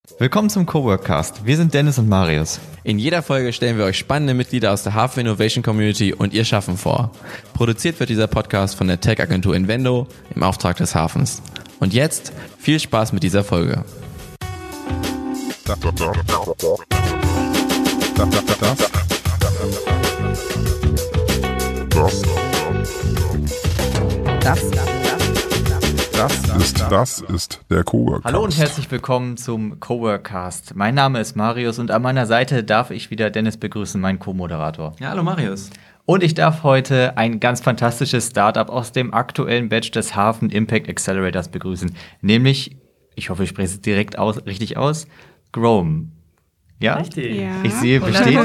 Willkommen zum Coworkcast. Wir sind Dennis und Marius. In jeder Folge stellen wir euch spannende Mitglieder aus der Hafen Innovation Community und ihr Schaffen vor. Produziert wird dieser Podcast von der Tech-Agentur Invendo im Auftrag des Hafens. Und jetzt viel Spaß mit dieser Folge. Das ist der Coworkcast. Hallo und herzlich willkommen zum Coworkcast. Mein Name ist Marius und an meiner Seite darf ich wieder Dennis begrüßen, meinen Co-Moderator. Ja, hallo Marius. Und ich darf heute ein ganz fantastisches Startup aus dem aktuellen Batch des Hafen Impact Accelerators begrüßen. Nämlich, ich hoffe, ich spreche es direkt richtig aus, Groom. Ja? Richtig. Ja. Ich sehe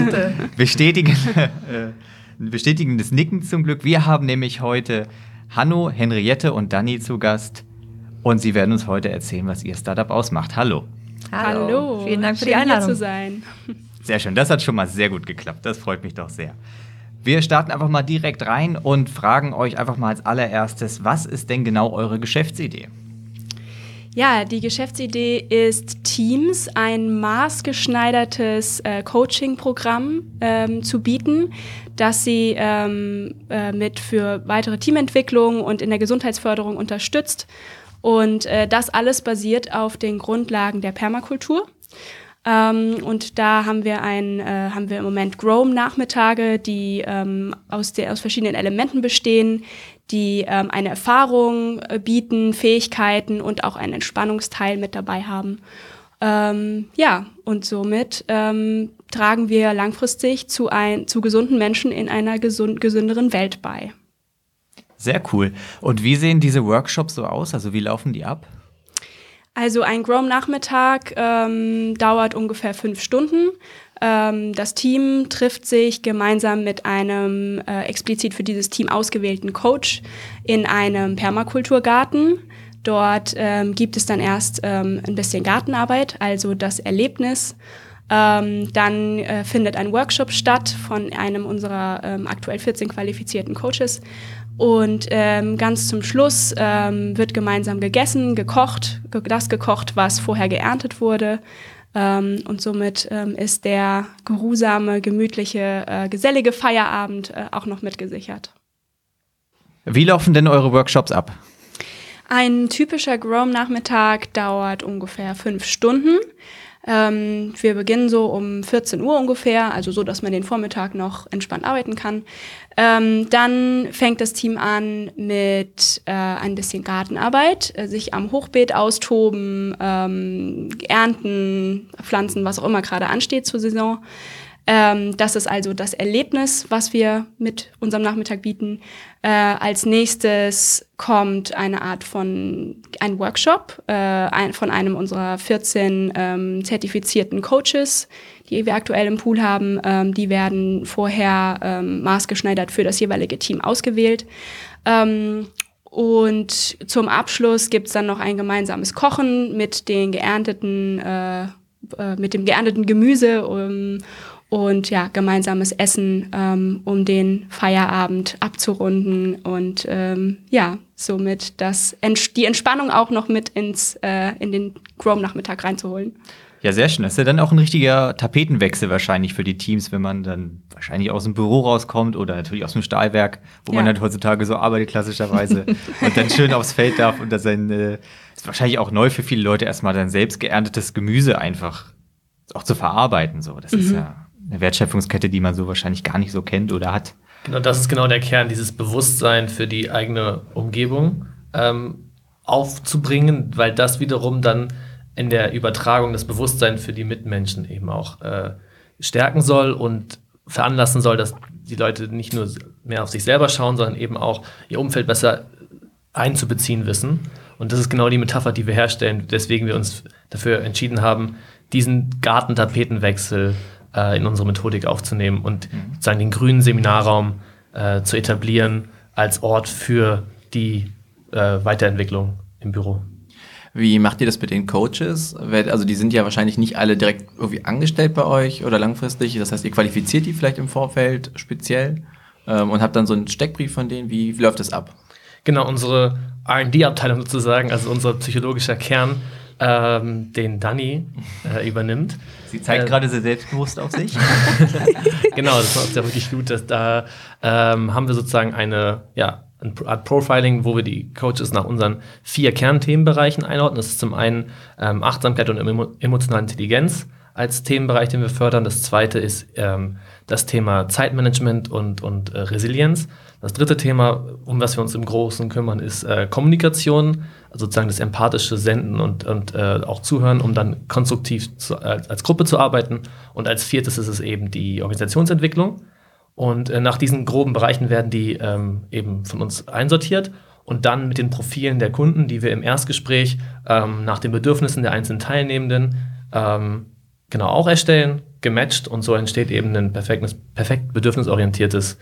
bestätigendes Nicken zum Glück. Wir haben nämlich heute Hanno, Henriette und Dani zu Gast. Und sie werden uns heute erzählen, was ihr Startup ausmacht. Hallo. Hallo. Vielen Dank für die Einladung. Hier zu sein. Sehr schön, das hat schon mal sehr gut geklappt. Das freut mich doch sehr. Wir starten einfach mal direkt rein und fragen euch einfach mal als allererstes, was ist denn genau eure Geschäftsidee? Ja, die Geschäftsidee ist Teams ein maßgeschneidertes Coaching-Programm zu bieten, das sie mit für weitere Teamentwicklung und in der Gesundheitsförderung unterstützt. Und das alles basiert auf den Grundlagen der Permakultur. Und da haben wir im Moment Grow-Nachmittage, die aus verschiedenen Elementen bestehen, die eine Erfahrung bieten, Fähigkeiten und auch einen Entspannungsteil mit dabei haben. Und somit tragen wir langfristig zu gesunden Menschen in einer gesünderen Welt bei. Sehr cool. Und wie sehen diese Workshops so aus? Also wie laufen die ab? Also ein Grow-Nachmittag dauert ungefähr 5 Stunden. Das Team trifft sich gemeinsam mit einem explizit für dieses Team ausgewählten Coach in einem Permakulturgarten. Dort gibt es dann erst ein bisschen Gartenarbeit, also das Erlebnis. Dann findet ein Workshop statt von einem unserer aktuell 14 qualifizierten Coaches. Und ganz zum Schluss wird gemeinsam gegessen, gekocht, was vorher geerntet wurde. Und somit ist der geruhsame, gemütliche, gesellige Feierabend auch noch mitgesichert. Wie laufen denn eure Workshops ab? Ein typischer Grow-Nachmittag dauert ungefähr 5 Stunden. Wir beginnen so um 14 Uhr ungefähr, also so, dass man den Vormittag noch entspannt arbeiten kann. Dann fängt das Team an mit ein bisschen Gartenarbeit, sich am Hochbeet austoben, ernten, pflanzen, was auch immer gerade ansteht zur Saison. Das ist also das Erlebnis, was wir mit unserem Nachmittag bieten. Als nächstes kommt eine Art von ein Workshop von einem unserer 14 zertifizierten Coaches, die wir aktuell im Pool haben. Die werden vorher maßgeschneidert für das jeweilige Team ausgewählt. Und zum Abschluss gibt's dann noch ein gemeinsames Kochen mit dem geernteten Gemüse und ja, gemeinsames Essen, um den Feierabend abzurunden und somit die Entspannung auch noch mit in den Grow-Nachmittag reinzuholen. Ja, sehr schön. Das ist ja dann auch ein richtiger Tapetenwechsel wahrscheinlich für die Teams, wenn man dann wahrscheinlich aus dem Büro rauskommt oder natürlich aus dem Stahlwerk, wo man halt heutzutage so arbeitet klassischerweise und dann schön aufs Feld darf und das ist wahrscheinlich auch neu für viele Leute erstmal dann selbst geerntetes Gemüse einfach auch zu verarbeiten. So, das ist ja eine Wertschöpfungskette, die man so wahrscheinlich gar nicht so kennt oder hat. Genau, das ist genau der Kern, dieses Bewusstsein für die eigene Umgebung aufzubringen, weil das wiederum dann in der Übertragung das Bewusstsein für die Mitmenschen eben auch stärken soll und veranlassen soll, dass die Leute nicht nur mehr auf sich selber schauen, sondern eben auch ihr Umfeld besser einzubeziehen wissen. Und das ist genau die Metapher, die wir herstellen, weswegen wir uns dafür entschieden haben, diesen Gartentapetenwechsel in unsere Methodik aufzunehmen und sozusagen den grünen Seminarraum zu etablieren als Ort für die Weiterentwicklung im Büro. Wie macht ihr das mit den Coaches? Also die sind ja wahrscheinlich nicht alle direkt irgendwie angestellt bei euch oder langfristig. Das heißt, ihr qualifiziert die vielleicht im Vorfeld speziell und habt dann so einen Steckbrief von denen. Wie läuft das ab? Genau, unsere R&D-Abteilung sozusagen, also unser psychologischer Kern, den Danny übernimmt. Sie zeigt gerade sehr selbstbewusst auf sich. Genau, das macht ja wirklich gut. Da haben wir sozusagen eine Art Profiling, wo wir die Coaches nach unseren 4 Kernthemenbereichen einordnen. Das ist zum einen Achtsamkeit und emotionale Intelligenz als Themenbereich, den wir fördern. Das zweite ist das Thema Zeitmanagement und Resilienz. Das dritte Thema, um was wir uns im Großen kümmern, ist Kommunikation, also sozusagen das empathische Senden und auch Zuhören, um dann konstruktiv als Gruppe zu arbeiten. Und als viertes ist es eben die Organisationsentwicklung. Und nach diesen groben Bereichen werden die eben von uns einsortiert und dann mit den Profilen der Kunden, die wir im Erstgespräch nach den Bedürfnissen der einzelnen Teilnehmenden genau auch erstellen, gematcht, und so entsteht eben ein perfekt bedürfnisorientiertes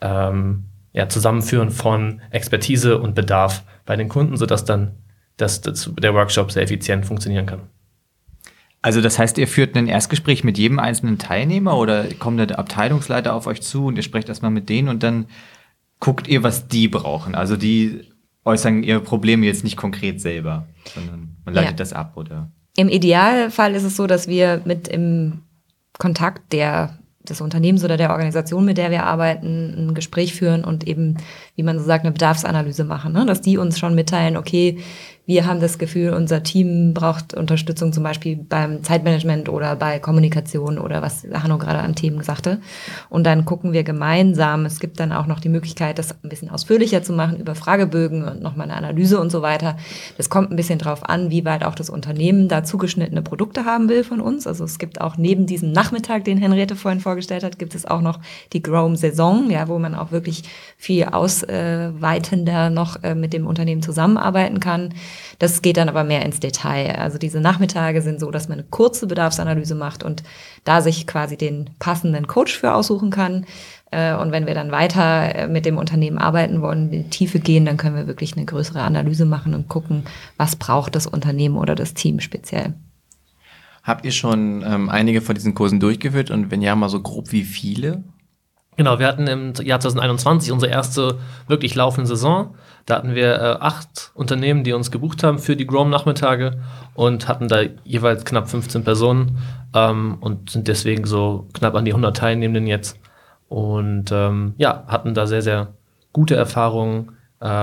Zusammenführen von Expertise und Bedarf bei den Kunden, sodass dann der Workshop sehr effizient funktionieren kann. Also das heißt, ihr führt ein Erstgespräch mit jedem einzelnen Teilnehmer oder kommt der Abteilungsleiter auf euch zu und ihr sprecht erstmal mit denen und dann guckt ihr, was die brauchen? Also die äußern ihre Probleme jetzt nicht konkret selber, sondern man leitet das ab, oder? Im Idealfall ist es so, dass wir mit im Kontakt des Unternehmens oder der Organisation, mit der wir arbeiten, ein Gespräch führen und eben, wie man so sagt, eine Bedarfsanalyse machen, ne? Dass die uns schon mitteilen, okay, wir haben das Gefühl, unser Team braucht Unterstützung zum Beispiel beim Zeitmanagement oder bei Kommunikation oder was Hanno gerade an Themen sagte. Und dann gucken wir gemeinsam. Es gibt dann auch noch die Möglichkeit, das ein bisschen ausführlicher zu machen über Fragebögen und nochmal eine Analyse und so weiter. Das kommt ein bisschen drauf an, wie weit auch das Unternehmen da zugeschnittene Produkte haben will von uns. Also es gibt auch neben diesem Nachmittag, den Henriette vorhin vorgestellt hat, gibt es auch noch die Groom-Saison, ja, wo man auch wirklich viel ausweitender noch mit dem Unternehmen zusammenarbeiten kann. Das geht dann aber mehr ins Detail. Also diese Nachmittage sind so, dass man eine kurze Bedarfsanalyse macht und da sich quasi den passenden Coach für aussuchen kann. Und wenn wir dann weiter mit dem Unternehmen arbeiten wollen, in die Tiefe gehen, dann können wir wirklich eine größere Analyse machen und gucken, was braucht das Unternehmen oder das Team speziell. Habt ihr schon einige von diesen Kursen durchgeführt und wenn ja, mal so grob wie viele? Genau, wir hatten im Jahr 2021 unsere erste wirklich laufende Saison. Da hatten wir 8 Unternehmen, die uns gebucht haben für die Groom-Nachmittage und hatten da jeweils knapp 15 Personen und sind deswegen so knapp an die 100 Teilnehmenden jetzt. Und hatten da sehr, sehr gute Erfahrungen.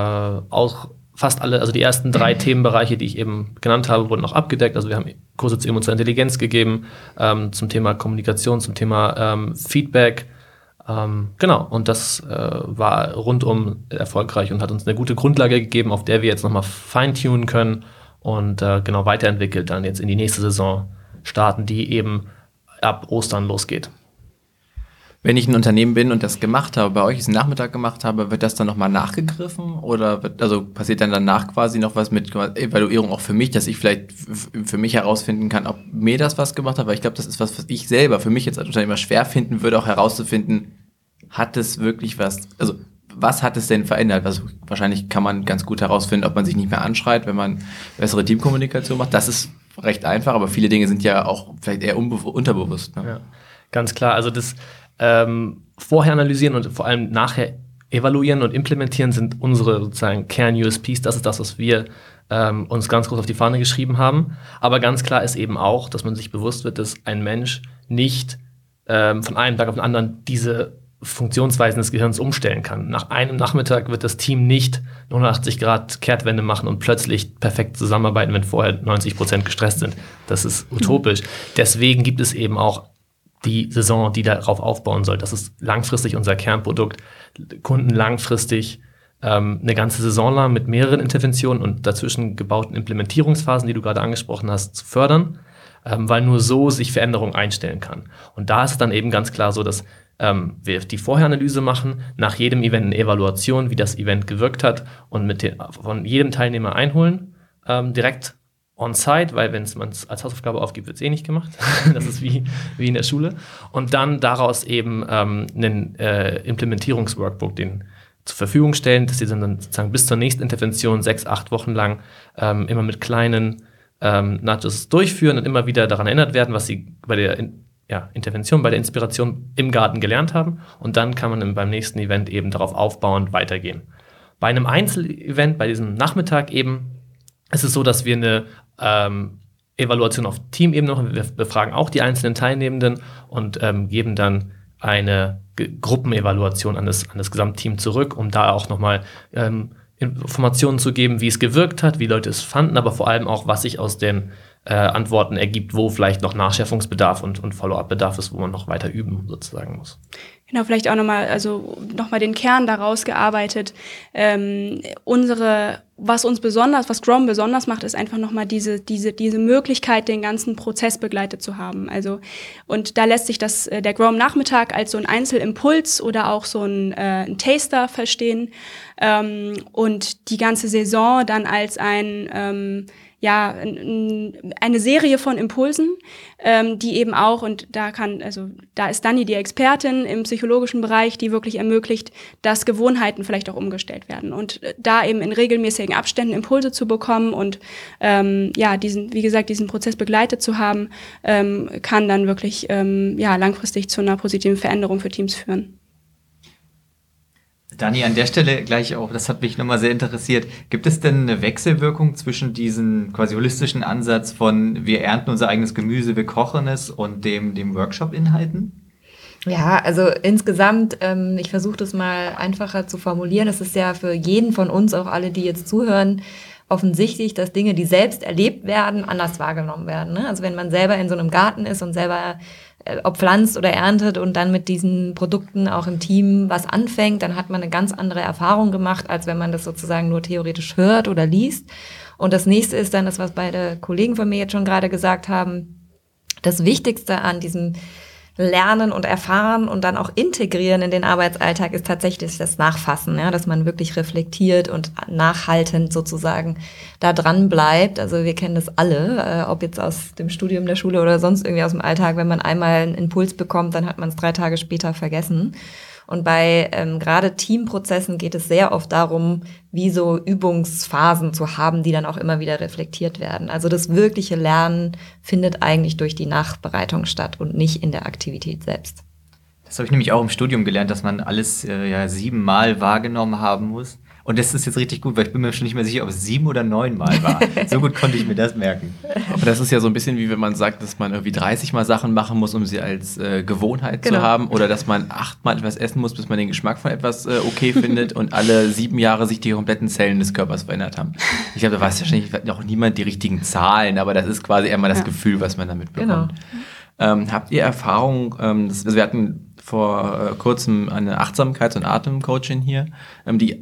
Auch fast alle, also die ersten 3 Themenbereiche, die ich eben genannt habe, wurden auch abgedeckt. Also wir haben Kurse zur emotionalen Intelligenz gegeben, zum Thema Kommunikation, zum Thema Feedback. Und das war rundum erfolgreich und hat uns eine gute Grundlage gegeben, auf der wir jetzt nochmal feintunen können und weiterentwickelt dann jetzt in die nächste Saison starten, die eben ab Ostern losgeht. Wenn ich ein Unternehmen bin und das gemacht habe, bei euch diesen Nachmittag gemacht habe, wird das dann nochmal nachgegriffen oder passiert dann danach quasi noch was mit Evaluierung auch für mich, dass ich vielleicht für mich herausfinden kann, ob mir das was gemacht hat, weil ich glaube, das ist was ich selber für mich jetzt als Unternehmer schwer finden würde, auch herauszufinden, hat es wirklich was, also was hat es denn verändert? Also wahrscheinlich kann man ganz gut herausfinden, ob man sich nicht mehr anschreit, wenn man bessere Teamkommunikation macht. Das ist recht einfach, aber viele Dinge sind ja auch vielleicht eher unterbewusst. Ne? Ja, ganz klar. Also das vorher analysieren und vor allem nachher evaluieren und implementieren sind unsere sozusagen Kern-USPs. Das ist das, was wir uns ganz groß auf die Fahne geschrieben haben. Aber ganz klar ist eben auch, dass man sich bewusst wird, dass ein Mensch nicht von einem Tag auf den anderen diese Funktionsweisen des Gehirns umstellen kann. Nach einem Nachmittag wird das Team nicht 180 Grad Kehrtwende machen und plötzlich perfekt zusammenarbeiten, wenn vorher 90% gestresst sind. Das ist utopisch. Deswegen gibt es eben auch die Saison, die darauf aufbauen soll. Das ist langfristig unser Kernprodukt. Kunden langfristig eine ganze Saison lang mit mehreren Interventionen und dazwischen gebauten Implementierungsphasen, die du gerade angesprochen hast, zu fördern, weil nur so sich Veränderung einstellen kann. Und da ist es dann eben ganz klar so, dass wir die Vorheranalyse machen, nach jedem Event eine Evaluation, wie das Event gewirkt hat und von jedem Teilnehmer einholen, direkt on-site, weil wenn man es als Hausaufgabe aufgibt, wird es nicht gemacht. Das ist wie in der Schule. Und dann daraus eben einen Implementierungsworkbook den zur Verfügung stellen, dass sie dann sozusagen bis zur nächsten Intervention 6-8 Wochen lang immer mit kleinen Nudges durchführen und immer wieder daran erinnert werden, was sie bei der Intervention, bei der Inspiration im Garten gelernt haben. Und dann kann man beim nächsten Event eben darauf aufbauend weitergehen. Bei einem Einzelevent, bei diesem Nachmittag eben, ist es so, dass wir eine Evaluation auf Teamebene noch. Wir befragen auch die einzelnen Teilnehmenden und geben dann eine Gruppenevaluation an das Gesamtteam zurück, um da auch nochmal Informationen zu geben, wie es gewirkt hat, wie Leute es fanden, aber vor allem auch, was sich aus den Antworten ergibt, wo vielleicht noch Nachschärfungsbedarf und Follow-up-Bedarf ist, wo man noch weiter üben sozusagen muss. Genau, vielleicht auch nochmal den Kern daraus gearbeitet. Was Grom besonders macht, ist einfach nochmal diese Möglichkeit, den ganzen Prozess begleitet zu haben. Also, und da lässt sich der Grom-Nachmittag als so ein Einzelimpuls oder auch so ein Taster verstehen, und die ganze Saison dann als eine Serie von Impulsen, die eben auch, und da ist Dani die Expertin im psychologischen Bereich, die wirklich ermöglicht, dass Gewohnheiten vielleicht auch umgestellt werden. Und da eben in regelmäßigen Abständen Impulse zu bekommen und diesen Prozess begleitet zu haben, kann dann wirklich langfristig zu einer positiven Veränderung für Teams führen. Dani, an der Stelle gleich auch, das hat mich nochmal sehr interessiert, gibt es denn eine Wechselwirkung zwischen diesem quasi holistischen Ansatz von wir ernten unser eigenes Gemüse, wir kochen es und dem Workshop-Inhalten? Ja, also insgesamt, ich versuche das mal einfacher zu formulieren. Es ist ja für jeden von uns, auch alle, die jetzt zuhören, offensichtlich, dass Dinge, die selbst erlebt werden, anders wahrgenommen werden. Ne? Also wenn man selber in so einem Garten ist und selber ob pflanzt oder erntet und dann mit diesen Produkten auch im Team was anfängt, dann hat man eine ganz andere Erfahrung gemacht, als wenn man das sozusagen nur theoretisch hört oder liest. Und das nächste ist dann das, was beide Kollegen von mir jetzt schon gerade gesagt haben. Das Wichtigste an diesem Lernen und Erfahren und dann auch integrieren in den Arbeitsalltag ist tatsächlich das Nachfassen, ja, dass man wirklich reflektiert und nachhaltend sozusagen da dran bleibt. Also wir kennen das alle, ob jetzt aus dem Studium der Schule oder sonst irgendwie aus dem Alltag, wenn man einmal einen Impuls bekommt, dann hat man es 3 Tage später vergessen. Und bei gerade Teamprozessen geht es sehr oft darum, wie so Übungsphasen zu haben, die dann auch immer wieder reflektiert werden. Also das wirkliche Lernen findet eigentlich durch die Nachbereitung statt und nicht in der Aktivität selbst. Das habe ich nämlich auch im Studium gelernt, dass man alles 7 Mal wahrgenommen haben muss. Und das ist jetzt richtig gut, weil ich bin mir schon nicht mehr sicher, ob es 7 oder 9 Mal war. So gut konnte ich mir das merken. Aber das ist ja so ein bisschen wie wenn man sagt, dass man irgendwie 30 Mal Sachen machen muss, um sie als Gewohnheit zu haben. Oder dass man 8 Mal etwas essen muss, bis man den Geschmack von etwas okay findet und alle 7 Jahre sich die kompletten Zellen des Körpers verändert haben. Ich glaube, da weiß wahrscheinlich noch niemand die richtigen Zahlen, aber das ist quasi einmal das Gefühl, was man damit bekommt. Genau. Habt ihr Erfahrung, wir hatten vor kurzem eine Achtsamkeits- und Atemcoachin hier, die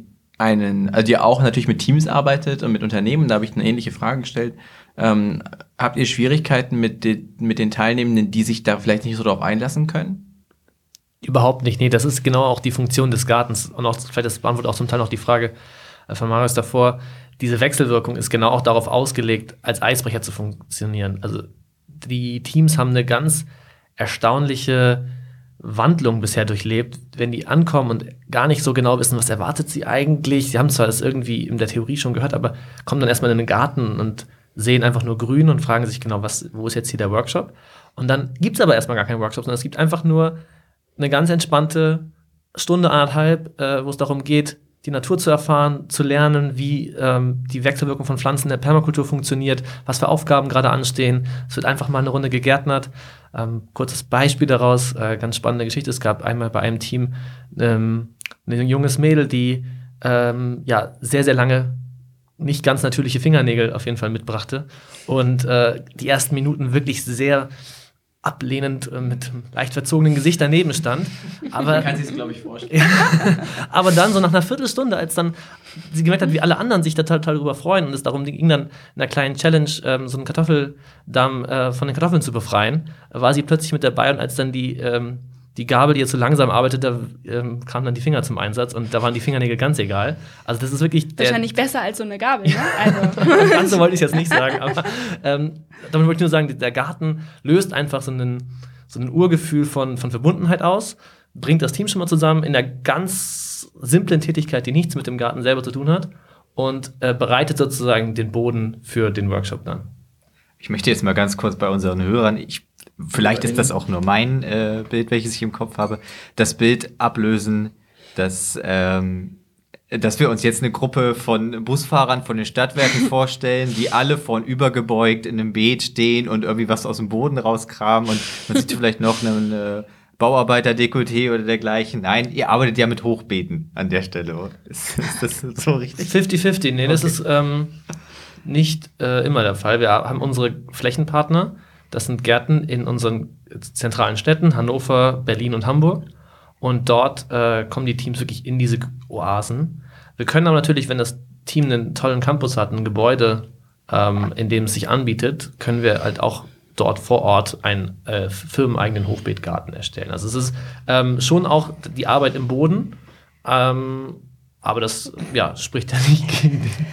auch natürlich mit Teams arbeitet und mit Unternehmen, da habe ich eine ähnliche Frage gestellt. Habt ihr Schwierigkeiten mit den Teilnehmenden, die sich da vielleicht nicht so drauf einlassen können? Überhaupt nicht, nee, das ist genau auch die Funktion des Gartens und auch, vielleicht das beantwortet auch zum Teil noch die Frage von Marius davor, diese Wechselwirkung ist genau auch darauf ausgelegt, als Eisbrecher zu funktionieren. Also die Teams haben eine ganz erstaunliche Wandlung bisher durchlebt, wenn die ankommen und gar nicht so genau wissen, was erwartet sie eigentlich. Sie haben zwar das irgendwie in der Theorie schon gehört, aber kommen dann erstmal in den Garten und sehen einfach nur grün und fragen sich genau, wo ist jetzt hier der Workshop? Und dann gibt es aber erstmal gar keinen Workshop, sondern es gibt einfach nur eine ganz entspannte Stunde, 1,5, wo es darum geht, die Natur zu erfahren, zu lernen, wie die Wechselwirkung von Pflanzen in der Permakultur funktioniert, was für Aufgaben gerade anstehen. Es wird einfach mal eine Runde gegärtnert. Kurzes Beispiel daraus, ganz spannende Geschichte. Es gab einmal bei einem Team ein junges Mädel, die sehr, sehr lange nicht ganz natürliche Fingernägel auf jeden Fall mitbrachte und die ersten Minuten wirklich sehr ablehnend mit leicht verzogenen Gesicht daneben stand. Aber kann sich es, glaube ich, vorstellen. Aber dann so nach einer Viertelstunde, als dann sie gemerkt hat, wie alle anderen sich da total drüber freuen und es darum ging dann in einer kleinen Challenge, so einen Kartoffeldamm von den Kartoffeln zu befreien, war sie plötzlich mit dabei und als dann die Gabel, die jetzt so langsam arbeitet, da kamen dann die Finger zum Einsatz und da waren die Fingernägel ganz egal. Also das ist wirklich wahrscheinlich besser als so eine Gabel, ne? Also. Ganz so wollte ich es jetzt nicht sagen, aber damit wollte ich nur sagen, der Garten löst einfach so ein Urgefühl von Verbundenheit aus, bringt das Team schon mal zusammen in einer ganz simplen Tätigkeit, die nichts mit dem Garten selber zu tun hat und bereitet sozusagen den Boden für den Workshop dann. Ich möchte jetzt mal ganz kurz bei unseren Hörern, vielleicht ist das auch nur mein Bild, welches ich im Kopf habe, das Bild ablösen, dass dass wir uns jetzt eine Gruppe von Busfahrern von den Stadtwerken vorstellen, die alle vornübergebeugt in einem Beet stehen und irgendwie was aus dem Boden rauskramen und man sieht vielleicht noch einen Bauarbeiter-Dekolleté oder dergleichen. Nein, ihr arbeitet ja mit Hochbeeten an der Stelle. Ist das so richtig? 50-50, nee, das ist nicht immer der Fall. Wir haben unsere Flächenpartner, das sind Gärten in unseren zentralen Städten, Hannover, Berlin und Hamburg. Und dort kommen die Teams wirklich in diese Oasen. Wir können aber natürlich, wenn das Team einen tollen Campus hat, ein Gebäude, in dem es sich anbietet, können wir halt auch dort vor Ort einen firmeneigenen Hochbeetgarten erstellen. Also es ist schon auch die Arbeit im Boden, aber das spricht ja nicht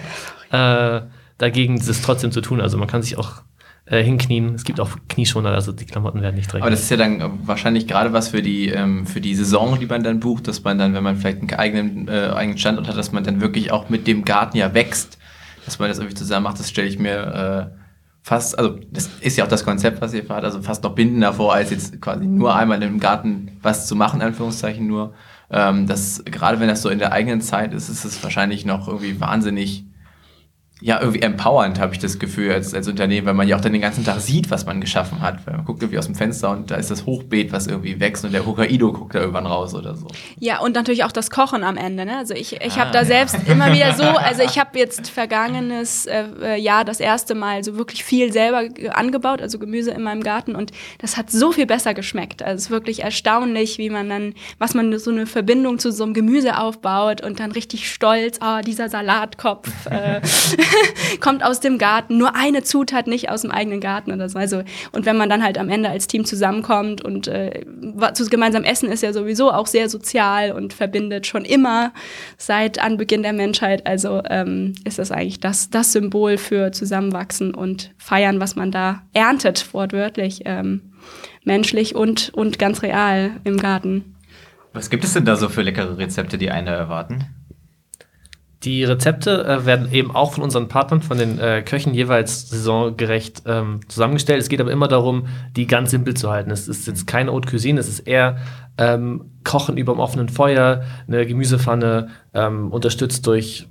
dagegen, das trotzdem zu tun. Also man kann sich auch hinknien. Es gibt auch Knieschoner, also die Klamotten werden nicht dreckig. Aber das ist ja dann wahrscheinlich gerade was für die Saison, die man dann bucht, dass man dann, wenn man vielleicht einen eigenen Standort hat, dass man dann wirklich auch mit dem Garten ja wächst, dass man das irgendwie zusammen macht. Das stelle ich mir fast, also das ist ja auch das Konzept, was ihr fahrt, also fast noch bindender vor, als jetzt quasi nur einmal im Garten was zu machen, in Anführungszeichen nur. Das, gerade wenn das so in der eigenen Zeit ist, ist es wahrscheinlich noch irgendwie wahnsinnig, ja, irgendwie empowernd, habe ich das Gefühl, als Unternehmen, weil man ja auch dann den ganzen Tag sieht, was man geschaffen hat. Weil man guckt irgendwie aus dem Fenster und da ist das Hochbeet, was irgendwie wächst und der Hokkaido guckt da irgendwann raus oder so. Ja, und natürlich auch das Kochen am Ende. Ne? Also ich habe da selbst immer wieder so, also ich habe jetzt vergangenes Jahr das erste Mal so wirklich viel selber angebaut, also Gemüse in meinem Garten und das hat so viel besser geschmeckt. Also es ist wirklich erstaunlich, wie man dann, was man so eine Verbindung zu so einem Gemüse aufbaut und dann richtig stolz, dieser Salatkopf, kommt aus dem Garten, nur eine Zutat nicht aus dem eigenen Garten oder so. Also, und wenn man dann halt am Ende als Team zusammenkommt und gemeinsam essen ist ja sowieso auch sehr sozial und verbindet schon immer seit Anbeginn der Menschheit. Also ist das eigentlich das Symbol für Zusammenwachsen und Feiern, was man da erntet, wortwörtlich, menschlich und ganz real im Garten. Was gibt es denn da so für leckere Rezepte, die eine erwarten? Die Rezepte werden eben auch von unseren Partnern, von den Köchen jeweils saisongerecht zusammengestellt. Es geht aber immer darum, die ganz simpel zu halten. Es ist jetzt keine Haute Cuisine, es ist eher Kochen über dem offenen Feuer, eine Gemüsepfanne, unterstützt durch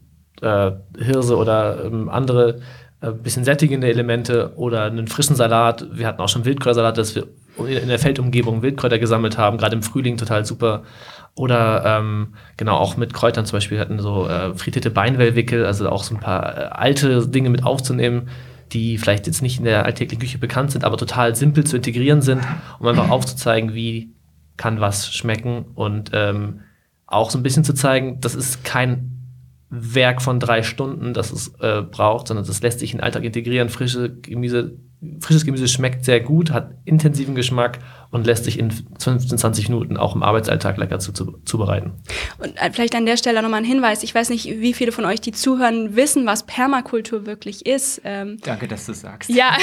Hirse oder andere bisschen sättigende Elemente oder einen frischen Salat. Wir hatten auch schon Wildkräutersalat, dass wir in der Feldumgebung Wildkräuter gesammelt haben, gerade im Frühling total super. Oder genau, auch mit Kräutern zum Beispiel hatten so frittierte Beinwellwickel, also auch so ein paar alte Dinge mit aufzunehmen, die vielleicht jetzt nicht in der alltäglichen Küche bekannt sind, aber total simpel zu integrieren sind, um einfach aufzuzeigen, wie kann was schmecken und auch so ein bisschen zu zeigen, das ist kein Werk von 3 Stunden, das es braucht, sondern das lässt sich in den Alltag integrieren. Frisches Gemüse schmeckt sehr gut, hat intensiven Geschmack und lässt sich in 15, 20 Minuten auch im Arbeitsalltag lecker zubereiten. Und vielleicht an der Stelle nochmal ein Hinweis. Ich weiß nicht, wie viele von euch, die zuhören, wissen, was Permakultur wirklich ist. Danke, dass du sagst. Ja,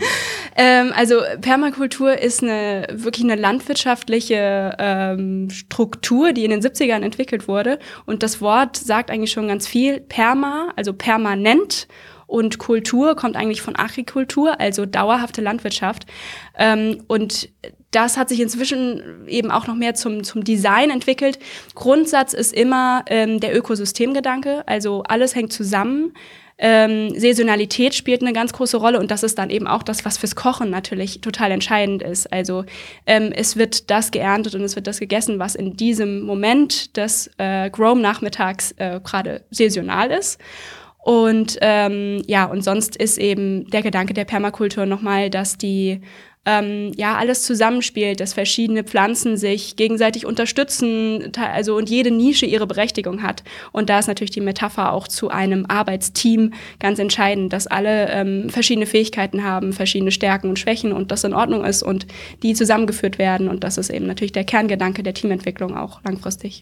also Permakultur ist wirklich eine landwirtschaftliche Struktur, die in den 70ern entwickelt wurde. Und das Wort sagt eigentlich schon ganz viel. Perma, also permanent. Und Kultur kommt eigentlich von Agrikultur, also dauerhafte Landwirtschaft. Und das hat sich inzwischen eben auch noch mehr zum Design entwickelt. Grundsatz ist immer der Ökosystemgedanke, also alles hängt zusammen. Saisonalität spielt eine ganz große Rolle und das ist dann eben auch das, was fürs Kochen natürlich total entscheidend ist. Also es wird das geerntet und es wird das gegessen, was in diesem Moment des Grown-Nachmittags gerade saisonal ist. Und und sonst ist eben der Gedanke der Permakultur nochmal, dass die alles zusammenspielt, dass verschiedene Pflanzen sich gegenseitig unterstützen, also und jede Nische ihre Berechtigung hat. Und da ist natürlich die Metapher auch zu einem Arbeitsteam ganz entscheidend, dass alle verschiedene Fähigkeiten haben, verschiedene Stärken und Schwächen und das in Ordnung ist und die zusammengeführt werden. Und das ist eben natürlich der Kerngedanke der Teamentwicklung auch langfristig.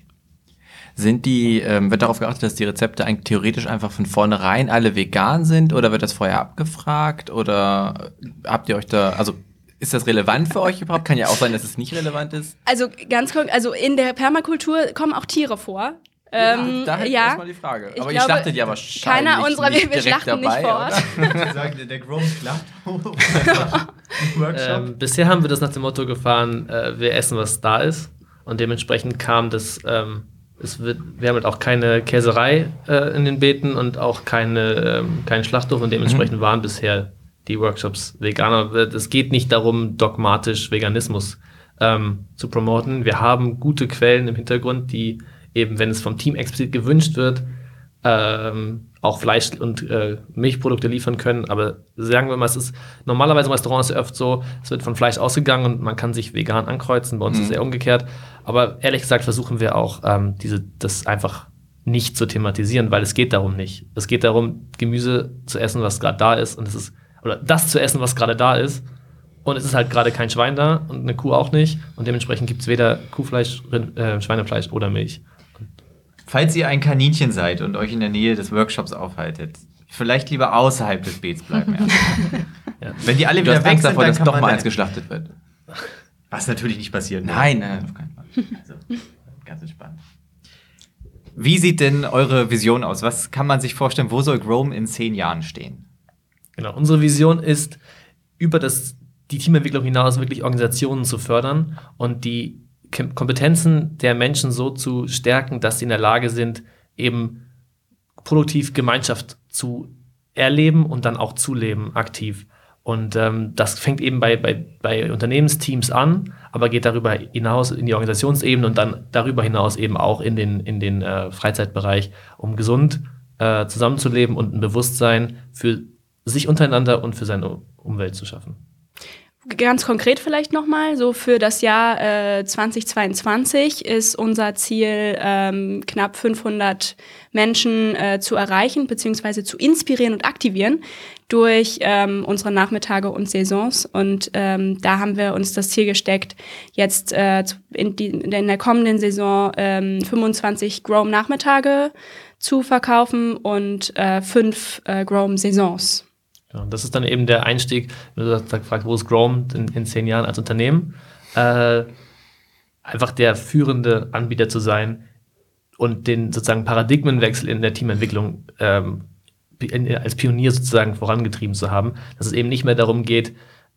Wird darauf geachtet, dass die Rezepte eigentlich theoretisch einfach von vornherein alle vegan sind oder wird das vorher abgefragt oder habt ihr euch da, also ist das relevant für euch überhaupt? Kann ja auch sein, dass es nicht relevant ist. Also ganz kurz, also in der Permakultur kommen auch Tiere vor. Da hätte ich erstmal die Frage. Aber ihr schlachtet ja wahrscheinlich keiner unserer, nicht wir schlachten dabei, nicht vor Ort. Der Grown-Schlachthof. Bisher haben wir das nach dem Motto gefahren, wir essen, was da ist. Und dementsprechend kam das Wir haben halt auch keine Käserei in den Beeten und auch keinen Schlachthof und dementsprechend waren bisher die Workshops veganer. Es geht nicht darum, dogmatisch Veganismus zu promoten. Wir haben gute Quellen im Hintergrund, die eben, wenn es vom Team explizit gewünscht wird, auch Fleisch und Milchprodukte liefern können. Aber sagen wir mal, es ist normalerweise im Restaurant ist es oft so, es wird von Fleisch ausgegangen und man kann sich vegan ankreuzen. Bei uns ist es eher umgekehrt. Aber ehrlich gesagt versuchen wir auch, das einfach nicht zu thematisieren, weil es geht darum nicht. Es geht darum, Gemüse zu essen, was gerade da ist. Und oder das zu essen, was gerade da ist. Und es ist halt gerade kein Schwein da und eine Kuh auch nicht. Und dementsprechend gibt es weder Kuhfleisch, Schweinefleisch oder Milch. Falls ihr ein Kaninchen seid und euch in der Nähe des Workshops aufhaltet, vielleicht lieber außerhalb des Beets bleiben. Ja. Wenn die alle wieder weg sind, davon, dann dass kann doch man mal eins geschlachtet wird. Was natürlich nicht passiert. Nein, auf keinen Fall. Also, ganz entspannt. Wie sieht denn eure Vision aus? Was kann man sich vorstellen? Wo soll Groom in 10 Jahren stehen? Genau, unsere Vision ist, über die Teamentwicklung hinaus wirklich Organisationen zu fördern und die Kompetenzen der Menschen so zu stärken, dass sie in der Lage sind, eben produktiv Gemeinschaft zu erleben und dann auch zu leben, aktiv. Und das fängt eben bei Unternehmensteams an, aber geht darüber hinaus in die Organisationsebene und dann darüber hinaus eben auch in den Freizeitbereich, um gesund zusammenzuleben und ein Bewusstsein für sich untereinander und für seine Umwelt zu schaffen. Ganz konkret vielleicht nochmal, so für das Jahr 2022 ist unser Ziel, knapp 500 Menschen zu erreichen bzw. zu inspirieren und aktivieren durch unsere Nachmittage und Saisons. Und da haben wir uns das Ziel gesteckt, jetzt in der kommenden Saison 25 Groom-Nachmittage zu verkaufen und 5 Groom-Saisons. Ja, das ist dann eben der Einstieg, wenn du fragst, wo ist Groom in 10 Jahren als Unternehmen? Einfach der führende Anbieter zu sein und den sozusagen Paradigmenwechsel in der Teamentwicklung als Pionier sozusagen vorangetrieben zu haben, dass es eben nicht mehr darum geht,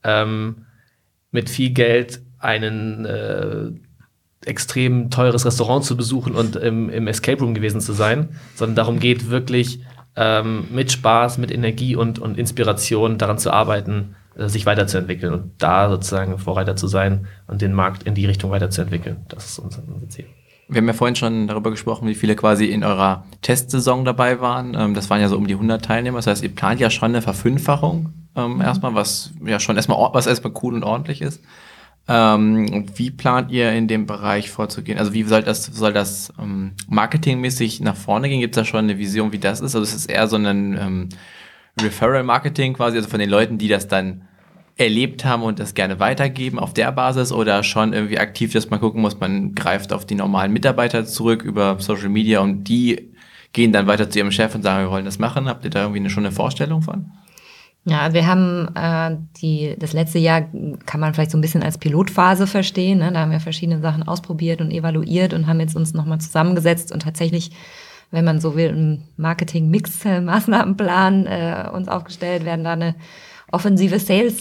mit viel Geld einen extrem teures Restaurant zu besuchen und im Escape Room gewesen zu sein, sondern darum geht wirklich mit Spaß, mit Energie und Inspiration daran zu arbeiten, sich weiterzuentwickeln und da sozusagen Vorreiter zu sein und den Markt in die Richtung weiterzuentwickeln. Das ist unser Ziel. Wir haben ja vorhin schon darüber gesprochen, wie viele quasi in eurer Testsaison dabei waren. Das waren ja so um die 100 Teilnehmer. Das heißt, ihr plant ja schon eine Verfünffachung erstmal, was ja schon erstmal cool und ordentlich ist. Wie plant ihr in dem Bereich vorzugehen? Also wie soll das marketingmäßig nach vorne gehen? Gibt es da schon eine Vision, wie das ist? Also es ist eher so ein Referral-Marketing quasi, also von den Leuten, die das dann erlebt haben und das gerne weitergeben auf der Basis oder schon irgendwie aktiv, dass man gucken muss, man greift auf die normalen Mitarbeiter zurück über Social Media und die gehen dann weiter zu ihrem Chef und sagen, wir wollen das machen. Habt ihr da irgendwie schon eine Vorstellung von? Ja, wir haben das letzte Jahr kann man vielleicht so ein bisschen als Pilotphase verstehen. Ne? Da haben wir verschiedene Sachen ausprobiert und evaluiert und haben jetzt uns nochmal zusammengesetzt und tatsächlich, wenn man so will, einen Marketing-Mix-Maßnahmenplan uns aufgestellt, werden da eine offensive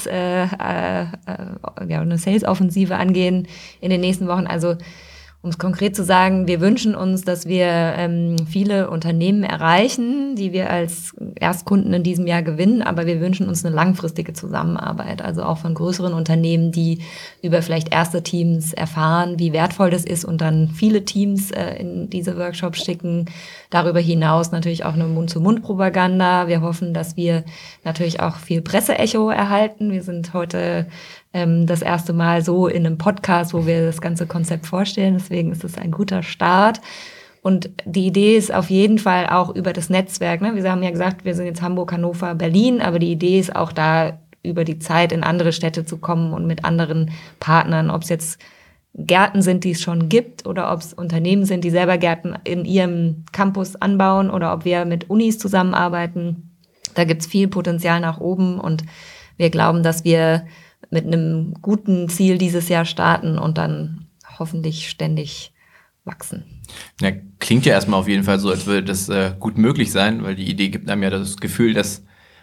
eine Sales-Offensive angehen in den nächsten Wochen. Also um es konkret zu sagen, wir wünschen uns, dass wir viele Unternehmen erreichen, die wir als Erstkunden in diesem Jahr gewinnen, aber wir wünschen uns eine langfristige Zusammenarbeit, also auch von größeren Unternehmen, die über vielleicht erste Teams erfahren, wie wertvoll das ist und dann viele Teams in diese Workshops schicken. Darüber hinaus natürlich auch eine Mund-zu-Mund-Propaganda. Wir hoffen, dass wir natürlich auch viel Presseecho erhalten. Wir sind heute das erste Mal so in einem Podcast, wo wir das ganze Konzept vorstellen. Deswegen ist es ein guter Start. Und die Idee ist auf jeden Fall auch über das Netzwerk. Ne? Wir haben ja gesagt, wir sind jetzt Hamburg, Hannover, Berlin, aber die Idee ist auch da, über die Zeit in andere Städte zu kommen und mit anderen Partnern, ob es jetzt Gärten sind, die es schon gibt, oder ob es Unternehmen sind, die selber Gärten in ihrem Campus anbauen, oder ob wir mit Unis zusammenarbeiten. Da gibt es viel Potenzial nach oben und wir glauben, dass wir mit einem guten Ziel dieses Jahr starten und dann hoffentlich ständig wachsen. Ja, klingt ja erstmal auf jeden Fall so, als würde das gut möglich sein, weil die Idee gibt einem ja das Gefühl, dass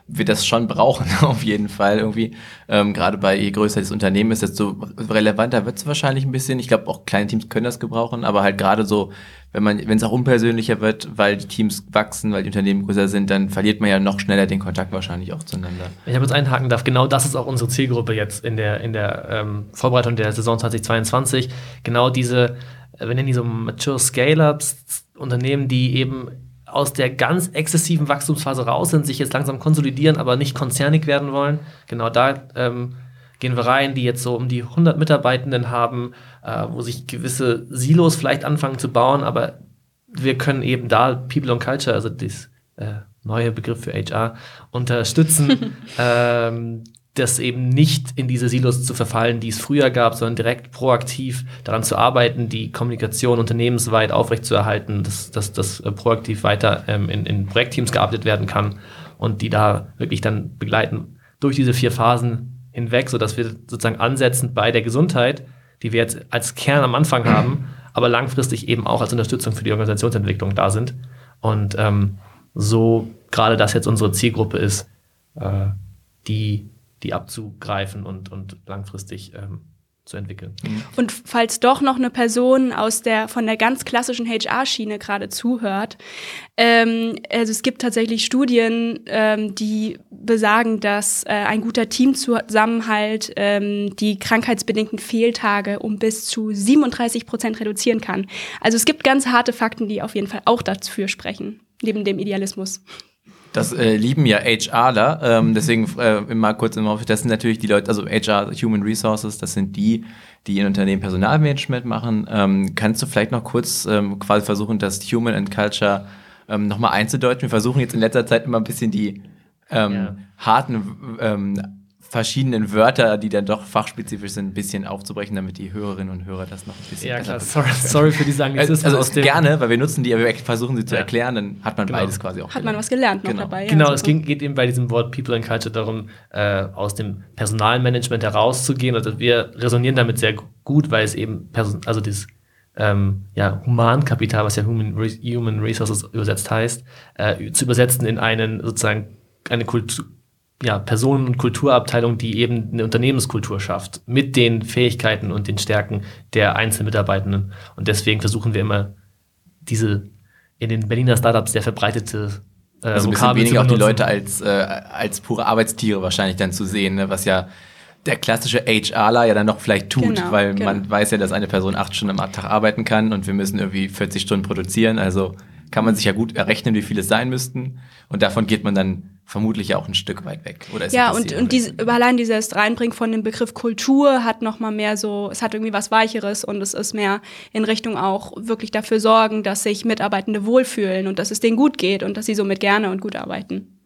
wir das schon brauchen, auf jeden Fall irgendwie. Gerade bei je größer das Unternehmen ist, desto relevanter wird es wahrscheinlich ein bisschen. Ich glaube, auch kleine Teams können das gebrauchen, aber halt gerade so, wenn es auch unpersönlicher wird, weil die Teams wachsen, weil die Unternehmen größer sind, dann verliert man ja noch schneller den Kontakt wahrscheinlich auch zueinander. Ich habe jetzt einhaken darf, genau das ist auch unsere Zielgruppe jetzt in der Vorbereitung der Saison 2022. Genau diese, wir nennen die so Mature Scale-Ups, Unternehmen, die eben aus der ganz exzessiven Wachstumsphase raus sind, sich jetzt langsam konsolidieren, aber nicht konzernig werden wollen. Genau da gehen wir rein, die jetzt so um die 100 Mitarbeitenden haben, wo sich gewisse Silos vielleicht anfangen zu bauen, aber wir können eben da People and Culture, also das neue Begriff für HR, unterstützen, das eben nicht in diese Silos zu verfallen, die es früher gab, sondern direkt proaktiv daran zu arbeiten, die Kommunikation unternehmensweit aufrechtzuerhalten, dass proaktiv weiter in Projektteams gearbeitet werden kann und die da wirklich dann begleiten durch diese 4 Phasen hinweg, sodass wir sozusagen ansetzen bei der Gesundheit, die wir jetzt als Kern am Anfang haben, aber langfristig eben auch als Unterstützung für die Organisationsentwicklung da sind. Und so gerade das jetzt unsere Zielgruppe ist, die abzugreifen und langfristig zu entwickeln. Und falls doch noch eine Person von der ganz klassischen HR-Schiene gerade zuhört, also es gibt tatsächlich Studien, die besagen, dass ein guter Teamzusammenhalt die krankheitsbedingten Fehltage um bis zu 37% reduzieren kann. Also es gibt ganz harte Fakten, die auf jeden Fall auch dafür sprechen, neben dem Idealismus. Das lieben ja HRler, deswegen mal kurz im Office, das sind natürlich die Leute, also HR, Human Resources, das sind die in Unternehmen Personalmanagement machen. Kannst du vielleicht noch kurz quasi versuchen, das Human and Culture nochmal einzudeuten? Wir versuchen jetzt in letzter Zeit immer ein bisschen die harten verschiedenen Wörter, die dann doch fachspezifisch sind, ein bisschen aufzubrechen, damit die Hörerinnen und Hörer das noch ein bisschen besser sorry für diese Anglizismen. Also gerne, weil wir nutzen die, aber wir versuchen sie zu erklären, dann hat man beides quasi auch gelernt. Hat man was gelernt noch dabei. Genau, es geht eben bei diesem Wort People and Culture darum, aus dem Personalmanagement herauszugehen. Also wir resonieren damit sehr gut, weil es eben dieses Humankapital, was ja Human Resources übersetzt heißt, zu übersetzen in eine Kultur, Personen- und Kulturabteilung, die eben eine Unternehmenskultur schafft, mit den Fähigkeiten und den Stärken der einzelnen Mitarbeitenden. Und deswegen versuchen wir immer, diese in den Berliner Startups sehr verbreitete also ein bisschen weniger auch die Leute als pure Arbeitstiere wahrscheinlich dann zu sehen, ne? Was ja der klassische HRler ja dann noch vielleicht tut, weil man weiß ja, dass eine Person 8 Stunden am Tag arbeiten kann und wir müssen irgendwie 40 Stunden produzieren, also kann man sich ja gut errechnen, wie viele es sein müssten und davon geht man dann vermutlich auch ein Stück weit weg. Oder ist allein dieses Reinbringen von dem Begriff Kultur hat noch mal mehr so, es hat irgendwie was Weicheres und es ist mehr in Richtung auch wirklich dafür sorgen, dass sich Mitarbeitende wohlfühlen und dass es denen gut geht und dass sie somit gerne und gut arbeiten.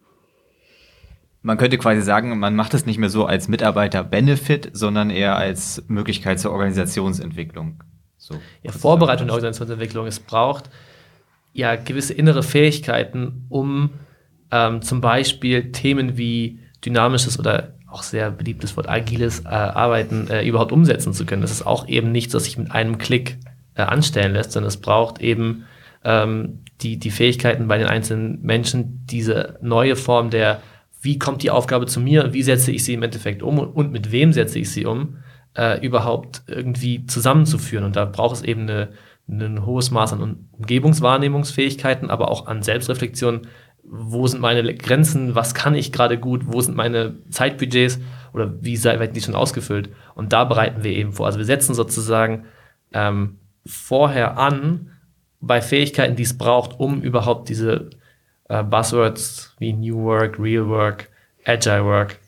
Man könnte quasi sagen, man macht es nicht mehr so als Mitarbeiter-Benefit, sondern eher als Möglichkeit zur Organisationsentwicklung. So, Vorbereitung der Organisationsentwicklung. Es braucht ja gewisse innere Fähigkeiten, um zum Beispiel Themen wie dynamisches oder auch sehr beliebtes Wort agiles Arbeiten überhaupt umsetzen zu können. Das ist auch eben nichts, das sich mit einem Klick anstellen lässt, sondern es braucht eben die Fähigkeiten bei den einzelnen Menschen, diese neue Form der, wie kommt die Aufgabe zu mir, wie setze ich sie im Endeffekt um und mit wem setze ich sie um, überhaupt irgendwie zusammenzuführen. Und da braucht es eben ein hohes Maß an Umgebungswahrnehmungsfähigkeiten, aber auch an Selbstreflexion. Wo sind meine Grenzen, was kann ich gerade gut, wo sind meine Zeitbudgets oder wie werden die schon ausgefüllt? Und da bereiten wir eben vor. Also wir setzen sozusagen vorher an bei Fähigkeiten, die es braucht, um überhaupt diese Buzzwords wie New Work, Real Work, Agile Work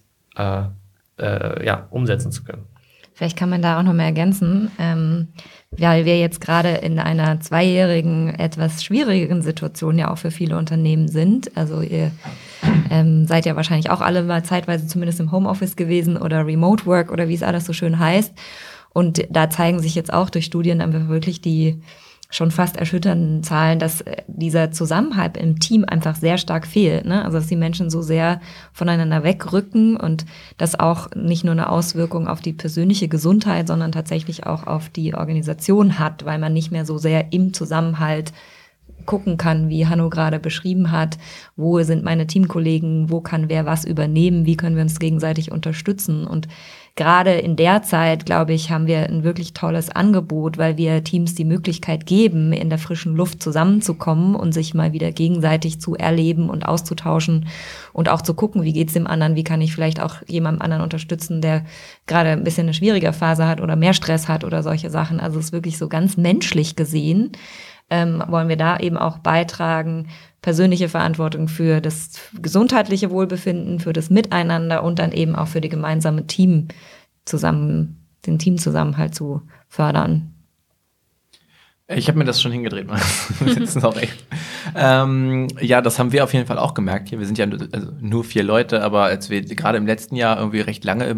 umsetzen zu können. Vielleicht kann man da auch noch mal ergänzen, weil wir jetzt gerade in einer 2-jährigen, etwas schwierigeren Situation ja auch für viele Unternehmen sind. Also ihr seid ja wahrscheinlich auch alle mal zeitweise zumindest im Homeoffice gewesen oder Remote Work oder wie es alles so schön heißt. Und da zeigen sich jetzt auch durch Studien dann wirklich die schon fast erschütternden Zahlen, dass dieser Zusammenhalt im Team einfach sehr stark fehlt, ne? Also dass die Menschen so sehr voneinander wegrücken und das auch nicht nur eine Auswirkung auf die persönliche Gesundheit, sondern tatsächlich auch auf die Organisation hat, weil man nicht mehr so sehr im Zusammenhalt gucken kann, wie Hanno gerade beschrieben hat, wo sind meine Teamkollegen, wo kann wer was übernehmen, wie können wir uns gegenseitig unterstützen. Und gerade in der Zeit, glaube ich, haben wir ein wirklich tolles Angebot, weil wir Teams die Möglichkeit geben, in der frischen Luft zusammenzukommen und sich mal wieder gegenseitig zu erleben und auszutauschen und auch zu gucken, wie geht's dem anderen, wie kann ich vielleicht auch jemandem anderen unterstützen, der gerade ein bisschen eine schwierige Phase hat oder mehr Stress hat oder solche Sachen. Also es ist wirklich so ganz menschlich gesehen, wollen wir da eben auch beitragen, persönliche Verantwortung für das gesundheitliche Wohlbefinden, für das Miteinander und dann eben auch für die gemeinsame den Teamzusammenhalt zu fördern. Ich habe mir das schon hingedreht. Sorry. Ja, das haben wir auf jeden Fall auch gemerkt. Hier, wir sind ja nur 4 Leute, aber als wir gerade im letzten Jahr irgendwie recht lange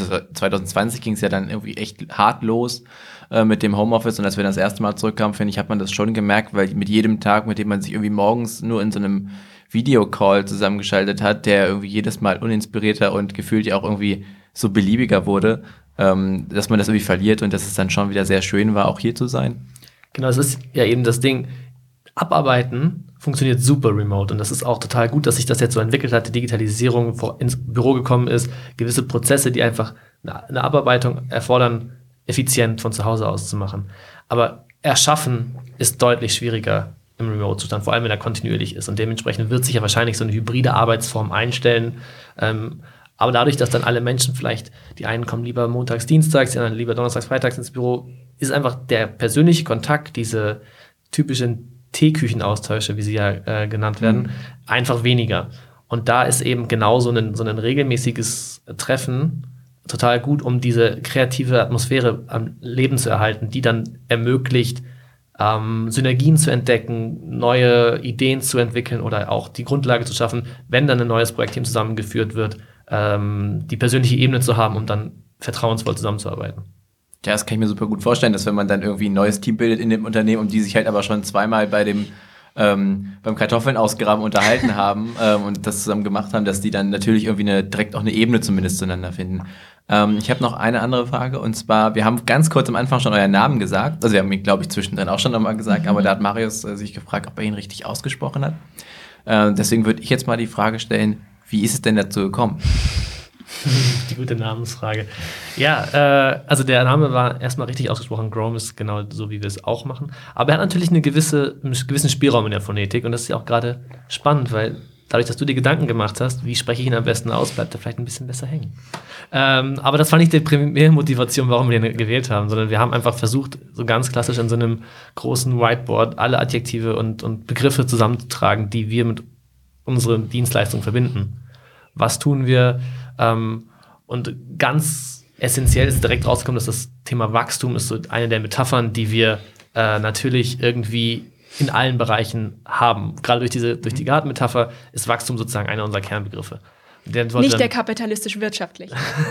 2020 ging es ja dann irgendwie echt hart los mit dem Homeoffice, und als wir das erste Mal zurückkamen, finde ich, hat man das schon gemerkt, weil mit jedem Tag, mit dem man sich irgendwie morgens nur in so einem Videocall zusammengeschaltet hat, der irgendwie jedes Mal uninspirierter und gefühlt ja auch irgendwie so beliebiger wurde, dass man das irgendwie verliert und dass es dann schon wieder sehr schön war, auch hier zu sein. Genau, das ist ja eben das Ding. Abarbeiten funktioniert super remote, und das ist auch total gut, dass sich das jetzt so entwickelt hat, die Digitalisierung ins Büro gekommen ist, gewisse Prozesse, die einfach eine Abarbeitung erfordern, effizient von zu Hause aus zu machen. Aber erschaffen ist deutlich schwieriger im Remote-Zustand, vor allem wenn er kontinuierlich ist, und dementsprechend wird sich ja wahrscheinlich so eine hybride Arbeitsform einstellen. Aber dadurch, dass dann alle Menschen vielleicht, die einen kommen lieber montags, dienstags, die anderen lieber donnerstags, freitags ins Büro, ist einfach der persönliche Kontakt, diese typischen Teeküchenaustausche, wie sie ja genannt werden, einfach weniger. Und da ist eben genau so ein regelmäßiges Treffen total gut, um diese kreative Atmosphäre am Leben zu erhalten, die dann ermöglicht, Synergien zu entdecken, neue Ideen zu entwickeln oder auch die Grundlage zu schaffen, wenn dann ein neues Projektteam zusammengeführt wird, die persönliche Ebene zu haben, um dann vertrauensvoll zusammenzuarbeiten. Ja, das kann ich mir super gut vorstellen, dass wenn man dann irgendwie ein neues Team bildet in dem Unternehmen und die sich halt aber schon zweimal beim Kartoffeln ausgraben unterhalten haben und das zusammen gemacht haben, dass die dann natürlich irgendwie direkt auch eine Ebene zumindest zueinander finden. Ich habe noch eine andere Frage, und zwar, wir haben ganz kurz am Anfang schon euren Namen gesagt, also wir haben ihn, glaube ich, zwischendrin auch schon nochmal gesagt, aber da hat Marius sich gefragt, ob er ihn richtig ausgesprochen hat. Deswegen würde ich jetzt mal die Frage stellen, wie ist es denn dazu gekommen? Die gute Namensfrage. Ja, also der Name war erstmal richtig ausgesprochen. Grom ist genau so, wie wir es auch machen. Aber er hat natürlich einen gewissen Spielraum in der Phonetik, und das ist ja auch gerade spannend, weil dadurch, dass du dir Gedanken gemacht hast, wie spreche ich ihn am besten aus, bleibt er vielleicht ein bisschen besser hängen. Aber das war nicht die primäre Motivation, warum wir den gewählt haben, sondern wir haben einfach versucht, so ganz klassisch in so einem großen Whiteboard alle Adjektive und Begriffe zusammenzutragen, die wir mit unserer Dienstleistung verbinden. Was tun wir? Und ganz essentiell ist direkt rausgekommen, dass das Thema Wachstum ist so eine der Metaphern, die wir natürlich irgendwie in allen Bereichen haben. Gerade durch die Gartenmetapher ist Wachstum sozusagen einer unserer Kernbegriffe. Nicht der kapitalistisch-wirtschaftliche.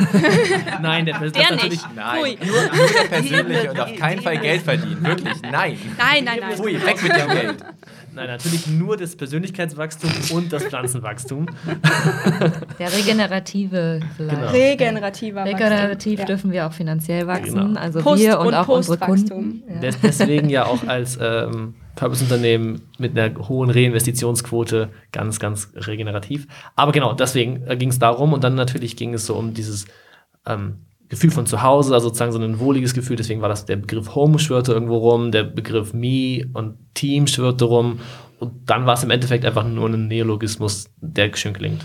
Nein, der natürlich. Nein, nur der persönliche und auf keinen Fall Geld verdienen. Wirklich, nein. Nein. Pfui, weg mit dem Geld. Nein, natürlich nur das Persönlichkeitswachstum und das Pflanzenwachstum. Der regenerative vielleicht. Genau. Regenerativ dürfen wir auch finanziell wachsen. Genau. Also wir und auch unsere Kunden. Ja. Deswegen ja auch als Purpose-Unternehmen mit einer hohen Reinvestitionsquote ganz, ganz regenerativ. Aber genau, deswegen ging es darum. Und dann natürlich ging es so um dieses Gefühl von zu Hause, also sozusagen so ein wohliges Gefühl. Deswegen war das der Begriff Home schwirrte irgendwo rum, der Begriff Me und Team schwirrte rum. Und dann war es im Endeffekt einfach nur ein Neologismus, der schön klingt.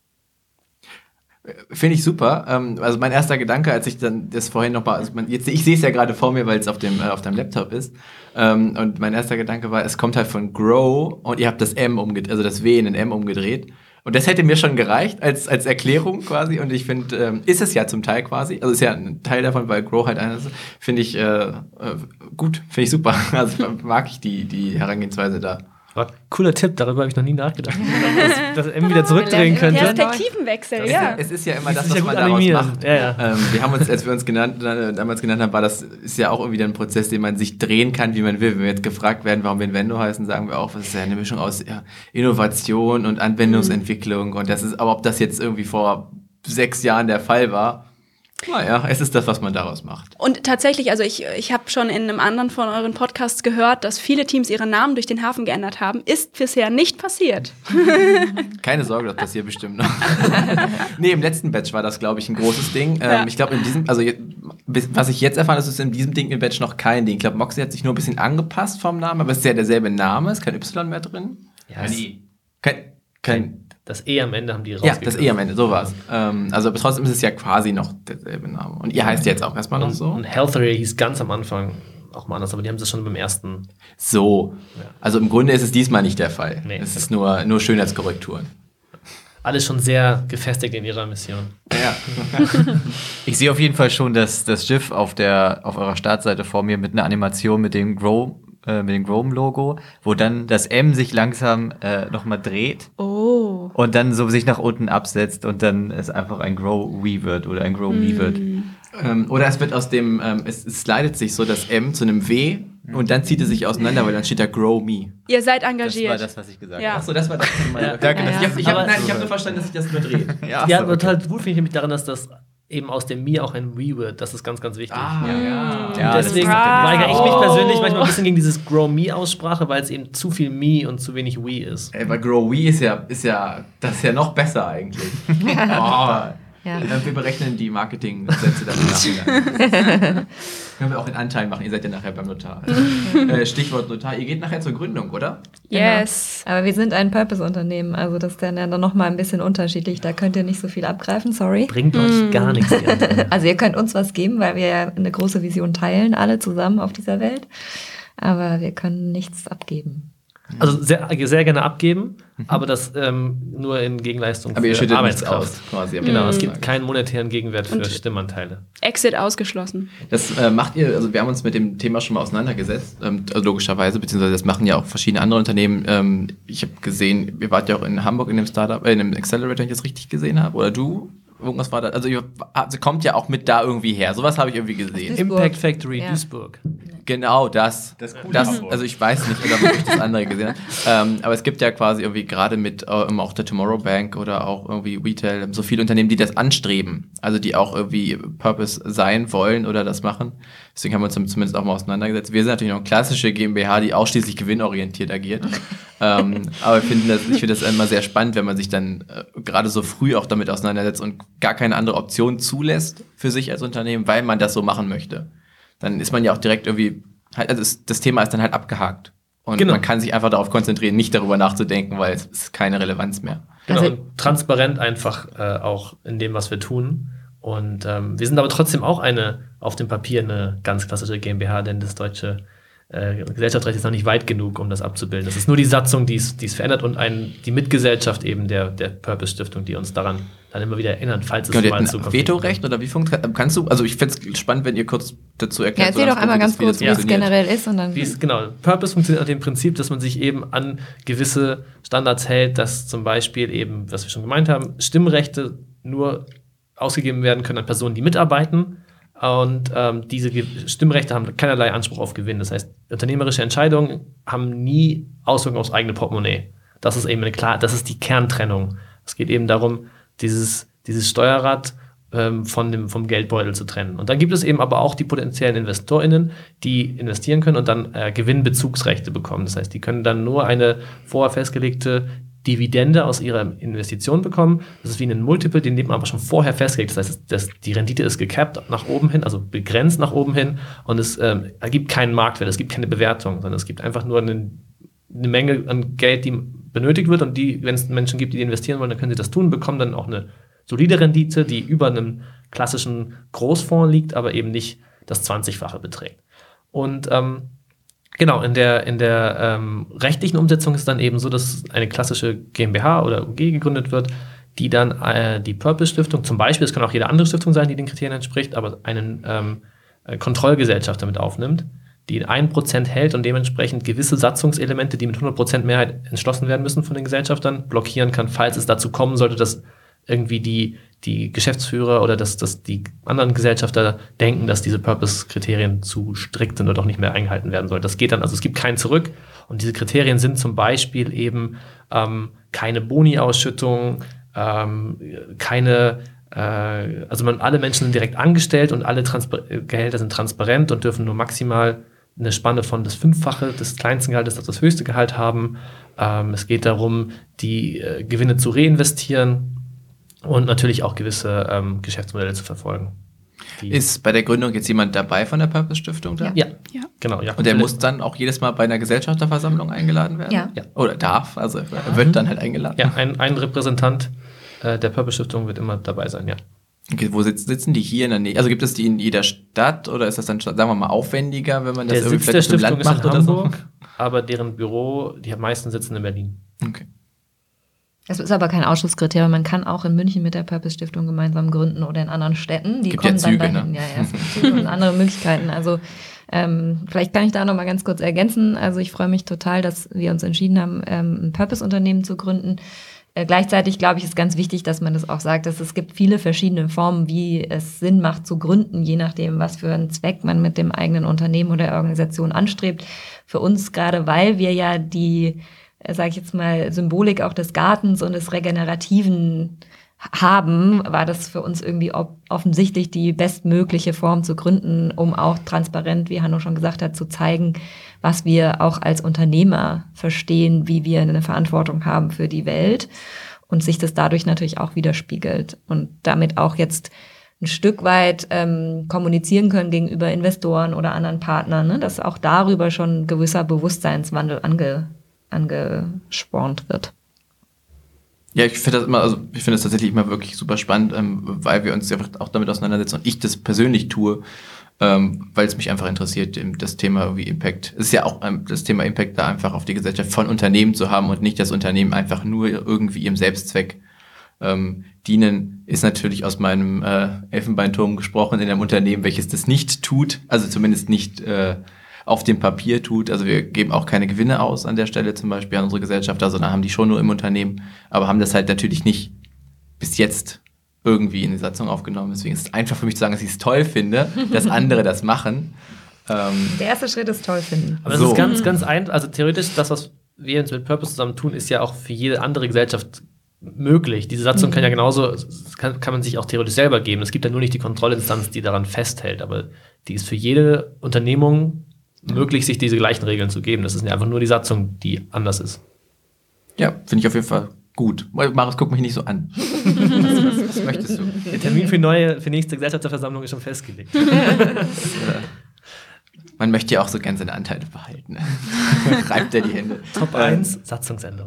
Finde ich super. Also mein erster Gedanke, als ich dann das vorhin noch mal, ich sehe es ja gerade vor mir, weil es auf deinem Laptop ist. Und mein erster Gedanke war, es kommt halt von Grow und ihr habt das M umgedreht, also das W in ein M umgedreht. Und das hätte mir schon gereicht als Erklärung quasi. Und ich finde, ist es ja zum Teil quasi. Also ist ja ein Teil davon, weil Grow halt einer ist. Finde ich gut, finde ich super. Also mag ich die Herangehensweise da. Aber cooler Tipp, darüber habe ich noch nie nachgedacht. Dass M wieder zurückdrehen könnte. Perspektivenwechsel, ja. Es ist ja immer das, was was man daraus animieren. macht. Ja. Wir haben uns, als wir uns damals genannt haben, ist ja auch irgendwie ein Prozess, den man sich drehen kann, wie man will. Wenn wir jetzt gefragt werden, warum wir Invendo heißen, sagen wir auch, das ist ja eine Mischung aus Innovation und Anwendungsentwicklung. Und das ist, aber ob das jetzt irgendwie vor 6 Jahren der Fall war, Naja, es ist das, was man daraus macht. Und tatsächlich, also ich habe schon in einem anderen von euren Podcasts gehört, dass viele Teams ihre Namen durch den Hafen geändert haben. Ist bisher nicht passiert. Keine Sorge, das passiert bestimmt noch. Nee, im letzten Batch war das, glaube ich, ein großes Ding. Ich glaube, in diesem, also was ich jetzt erfahren habe, ist in diesem Ding im Batch noch kein Ding. Ich glaube, Moxie hat sich nur ein bisschen angepasst vom Namen, aber es ist ja derselbe Name, ist kein Y mehr drin. Ja, Kein das E am Ende haben die ja, rausgegeben. das E am Ende, so war's. Also aber trotzdem ist es ja quasi noch derselbe Name. Und ihr heißt jetzt auch erstmal noch so? Und Healthery hieß ganz am Anfang auch mal anders, aber die haben sie schon beim ersten. So. Also im Grunde ist es diesmal nicht der Fall. Nee. Es ist nur Schönheitskorrekturen. Alles schon sehr gefestigt in ihrer Mission. Ja. Ich sehe auf jeden Fall schon das GIF auf eurer Startseite vor mir mit einer Animation mit dem Grom-Logo, wo dann das M sich langsam nochmal dreht. Oh. Und dann so sich nach unten absetzt und dann es einfach ein Grow-We wird oder ein Grow-Me wird. Oder es wird aus dem, es slidet sich so das M zu einem W und dann zieht es sich auseinander, weil dann steht da Grow Me. Ihr seid Das engagiert. war das, was ich gesagt Ja. habe. Achso, das war das. Danke, Ich habe nur verstanden, dass sich das nur dreht. Ja, Ja, so, aber okay. halt gut finde ich nämlich daran, dass das eben aus dem Me auch ein We wird. Das ist ganz, ganz wichtig. Ja, Deswegen das- weigere ich mich persönlich manchmal ein bisschen gegen dieses Grow-Me-Aussprache, weil es eben zu viel Me und zu wenig We ist. Ey, weil Grow We das ist ja noch besser eigentlich. Ja. Wir berechnen die Marketingsätze dann nachher. Können wir auch in Anteilen machen, ihr seid ja nachher beim Notar. Stichwort Notar, ihr geht nachher zur Gründung, oder? Yes. Aber wir sind ein Purpose-Unternehmen, also das ist dann noch mal ein bisschen unterschiedlich. Da könnt ihr nicht so viel abgreifen, sorry. Bringt euch gar nichts. Die anderen. Also ihr könnt uns was geben, weil wir ja eine große Vision teilen, alle zusammen auf dieser Welt. Aber wir können nichts abgeben. Also sehr, sehr gerne abgeben, aber das nur in Gegenleistung Aber ihr für schüttet nichts Arbeitskraft. aus, quasi. Genau, es gibt keinen monetären Gegenwert für Stimmanteile. Exit ausgeschlossen. Das macht ihr, also wir haben uns mit dem Thema schon mal auseinandergesetzt, also logischerweise, beziehungsweise das machen ja auch verschiedene andere Unternehmen. Ich habe gesehen, ihr wart ja auch in Hamburg in dem Startup, in dem Accelerator, wenn ich das richtig gesehen habe, oder du? Irgendwas war da, also ihr kommt ja auch mit da irgendwie her. Sowas habe ich irgendwie gesehen. Duisburg. Impact Factory Ja. Duisburg. Genau das. Das Also ich weiß nicht, oder ob ich das andere gesehen habe. Aber es gibt ja quasi irgendwie gerade mit auch der Tomorrow Bank oder auch irgendwie Retail so viele Unternehmen, die das anstreben. Also die auch irgendwie Purpose sein wollen oder das machen. Deswegen haben wir uns zumindest auch mal auseinandergesetzt. Wir sind natürlich noch eine klassische GmbH, die ausschließlich gewinnorientiert agiert. Aber ich finde das immer sehr spannend, wenn man sich dann gerade so früh auch damit auseinandersetzt und gar keine andere Option zulässt für sich als Unternehmen, weil man das so machen möchte. Dann ist man ja auch direkt irgendwie, also das Thema ist dann halt abgehakt. Und Genau. man kann sich einfach darauf konzentrieren, nicht darüber nachzudenken, weil es ist keine Relevanz mehr. Genau, Also- und transparent einfach auch in dem, was wir tun. Und wir sind aber trotzdem auch auf dem Papier eine ganz klassische GmbH, denn das deutsche Gesellschaftsrecht ist noch nicht weit genug, um das abzubilden. Das ist nur die Satzung, die es verändert und die Mitgesellschaft eben der Purpose-Stiftung, die uns daran dann immer wieder erinnert, falls es Genau, die mal hat zu ein Konflikten Vetorecht oder wie funktioniert? Kannst du, also ich fände es spannend, wenn ihr kurz dazu Ja, erklärt. erzähl doch einmal ganz kurz, wie es funktioniert. generell ist und dann. Genau, Purpose funktioniert nach dem Prinzip, dass man sich eben an gewisse Standards hält, dass zum Beispiel eben, was wir schon gemeint haben, Stimmrechte nur ausgegeben werden können an Personen, die mitarbeiten. Und diese Stimmrechte haben keinerlei Anspruch auf Gewinn. Das heißt, unternehmerische Entscheidungen haben nie Auswirkungen aufs eigene Portemonnaie. Das ist eben das ist die Kerntrennung. Es geht eben darum, dieses Steuerrad vom Geldbeutel zu trennen. Und dann gibt es eben aber auch die potenziellen InvestorInnen, die investieren können und dann Gewinnbezugsrechte bekommen. Das heißt, die können dann nur eine vorher festgelegte Dividende aus ihrer Investition bekommen. Das ist wie ein Multiple, den nimmt man aber schon vorher festgelegt. Das heißt, die Rendite ist gecapped nach oben hin, also begrenzt nach oben hin und es ergibt keinen Marktwert, es gibt keine Bewertung, sondern es gibt einfach nur eine Menge an Geld, die benötigt wird und wenn es Menschen gibt, die investieren wollen, dann können sie das tun, bekommen dann auch eine solide Rendite, die über einem klassischen Großfonds liegt, aber eben nicht das 20-fache beträgt. Und genau, in der rechtlichen Umsetzung ist dann eben so, dass eine klassische GmbH oder UG gegründet wird, die dann die Purpose-Stiftung, zum Beispiel, es kann auch jede andere Stiftung sein, die den Kriterien entspricht, aber einen Kontrollgesellschaft damit aufnimmt, die 1% hält und dementsprechend gewisse Satzungselemente, die mit 100% Mehrheit entschlossen werden müssen von den Gesellschaftern, blockieren kann, falls es dazu kommen sollte, dass irgendwie die Geschäftsführer oder dass die anderen Gesellschafter denken, dass diese Purpose-Kriterien zu strikt sind oder doch nicht mehr eingehalten werden sollen. Das geht dann, also es gibt kein Zurück. Und diese Kriterien sind zum Beispiel eben keine Boni-Ausschüttung, keine also alle Menschen sind direkt angestellt und alle Gehälter sind transparent und dürfen nur maximal eine Spanne von das 5-fache des kleinsten Gehaltes auf das höchste Gehalt haben. Es geht darum, die Gewinne zu reinvestieren und natürlich auch gewisse Geschäftsmodelle zu verfolgen. Ist bei der Gründung jetzt jemand dabei von der Purpose-Stiftung da? Ja, genau. Ja. Und der muss dann auch jedes Mal bei einer Gesellschafterversammlung eingeladen werden? Ja. Oder darf, also er wird dann halt eingeladen? Ja, ein Repräsentant der Purpose-Stiftung wird immer dabei sein, ja. Okay, wo sitzen die hier in der Nähe? Also gibt es die in jeder Stadt oder ist das dann, sagen wir mal, aufwendiger, wenn man das Der irgendwie Sitz der vielleicht im Stiftung Land ist in macht oder so? Hamburg, aber deren Büro, die meisten sitzen in Berlin. Okay. Das ist aber kein Ausschlusskriterium. Man kann auch in München mit der Purpose-Stiftung gemeinsam gründen oder in anderen Städten. Die Gibt kommen ja Züge, dann dahin. ne? Ja, es gibt Züge und andere Möglichkeiten. Also vielleicht kann ich da noch mal ganz kurz ergänzen. Also ich freue mich total, dass wir uns entschieden haben, ein Purpose-Unternehmen zu gründen. Gleichzeitig, glaube ich, ist ganz wichtig, dass man das auch sagt, dass es gibt viele verschiedene Formen, wie es Sinn macht zu gründen, je nachdem, was für einen Zweck man mit dem eigenen Unternehmen oder Organisation anstrebt. Für uns gerade, weil wir ja die, sage ich jetzt mal, Symbolik auch des Gartens und des Regenerativen haben, war das für uns irgendwie offensichtlich die bestmögliche Form zu gründen, um auch transparent, wie Hanno schon gesagt hat, zu zeigen, was wir auch als Unternehmer verstehen, wie wir eine Verantwortung haben für die Welt und sich das dadurch natürlich auch widerspiegelt und damit auch jetzt ein Stück weit kommunizieren können gegenüber Investoren oder anderen Partnern, ne, dass auch darüber schon ein gewisser Bewusstseinswandel angespornt wird. Ja, ich finde das tatsächlich immer wirklich super spannend, weil wir uns ja auch damit auseinandersetzen und ich das persönlich tue, weil es mich einfach interessiert, das Thema irgendwie Impact. Es ist ja auch das Thema Impact da einfach auf die Gesellschaft von Unternehmen zu haben und nicht das Unternehmen einfach nur irgendwie ihrem Selbstzweck dienen, ist natürlich aus meinem Elfenbeinturm gesprochen in einem Unternehmen, welches das nicht tut, also zumindest nicht auf dem Papier tut. Also wir geben auch keine Gewinne aus an der Stelle zum Beispiel an unsere Gesellschafter, sondern haben die schon nur im Unternehmen, aber haben das halt natürlich nicht bis jetzt irgendwie in die Satzung aufgenommen. Deswegen ist es einfach für mich zu sagen, dass ich es toll finde, dass andere das machen. Der erste Schritt ist toll finden. Aber es ist ganz, ganz einfach. Also theoretisch, das, was wir jetzt mit Purpose zusammen tun, ist ja auch für jede andere Gesellschaft möglich. Diese Satzung kann ja genauso, kann man sich auch theoretisch selber geben. Es gibt ja nur nicht die Kontrollinstanz, die daran festhält, aber die ist für jede Unternehmung möglich, sich diese gleichen Regeln zu geben. Das ist ja einfach nur die Satzung, die anders ist. Ja, finde ich auf jeden Fall gut. Marius, guck mich nicht so an. Was möchtest du? Der Termin für nächste Gesellschafterversammlung ist schon festgelegt. Man möchte ja auch so gerne seine Anteile behalten. Reibt er die Hände. Top 1, Satzungsänderung.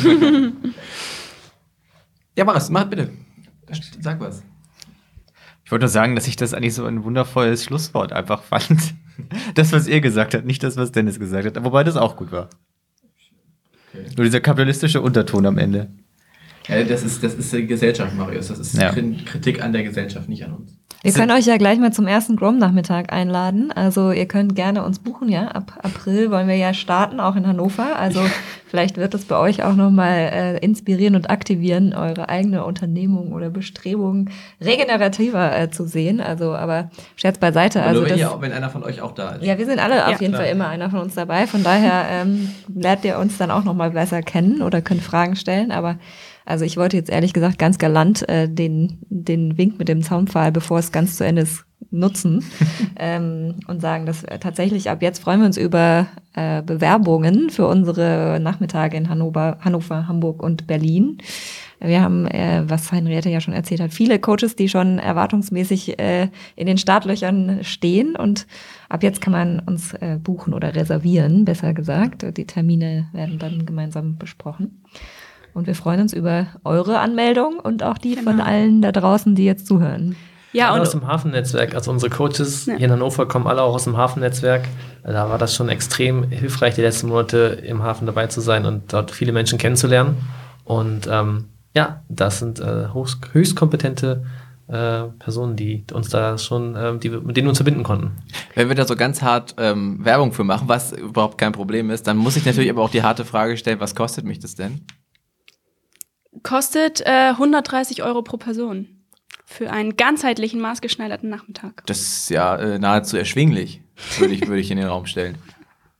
Ja, Marius, mach bitte. Sag was. Ich wollte nur sagen, dass ich das eigentlich so ein wundervolles Schlusswort einfach fand. Das, was ihr gesagt habt, nicht das, was Dennis gesagt hat. Wobei das auch gut war. Okay. Nur dieser kapitalistische Unterton am Ende. Ja, das ist die Gesellschaft, Marius. Das ist Ja. Kritik an der Gesellschaft, nicht an uns. Wir können euch ja gleich mal zum ersten Grom-Nachmittag einladen. Also ihr könnt gerne uns buchen, ja. Ab April wollen wir ja starten, auch in Hannover. Also vielleicht wird es bei euch auch nochmal inspirieren und aktivieren, eure eigene Unternehmung oder Bestrebung regenerativer zu sehen. Also, aber Scherz beiseite. Aber Also nur wenn einer von euch auch da ist. ja, wir sind alle auf jeden Fall immer einer von uns dabei. Von daher lernt ihr uns dann auch nochmal besser kennen oder könnt Fragen stellen. Aber also ich wollte jetzt ehrlich gesagt ganz galant den Wink mit dem Zaunpfahl, bevor es ganz zu Ende ist, nutzen und sagen, dass tatsächlich ab jetzt freuen wir uns über Bewerbungen für unsere Nachmittage in Hannover, Hamburg und Berlin. Wir haben, was Henriette ja schon erzählt hat, viele Coaches, die schon erwartungsmäßig in den Startlöchern stehen und ab jetzt kann man uns buchen oder reservieren, besser gesagt. Die Termine werden dann gemeinsam besprochen. Und wir freuen uns über eure Anmeldung und auch die von allen da draußen, die jetzt zuhören. Ja, Alle und aus dem Hafennetzwerk, also unsere Coaches hier in Hannover kommen alle auch aus dem Hafennetzwerk. Da war das schon extrem hilfreich, die letzten Monate im Hafen dabei zu sein und dort viele Menschen kennenzulernen. Und das sind höchst kompetente Personen, die uns da schon, mit denen wir uns verbinden konnten. Wenn wir da so ganz hart Werbung für machen, was überhaupt kein Problem ist, dann muss ich natürlich aber auch die harte Frage stellen, was kostet mich das denn? kostet 130 € pro Person für einen ganzheitlichen, maßgeschneiderten Nachmittag. Das ist ja nahezu erschwinglich, würde ich in den Raum stellen.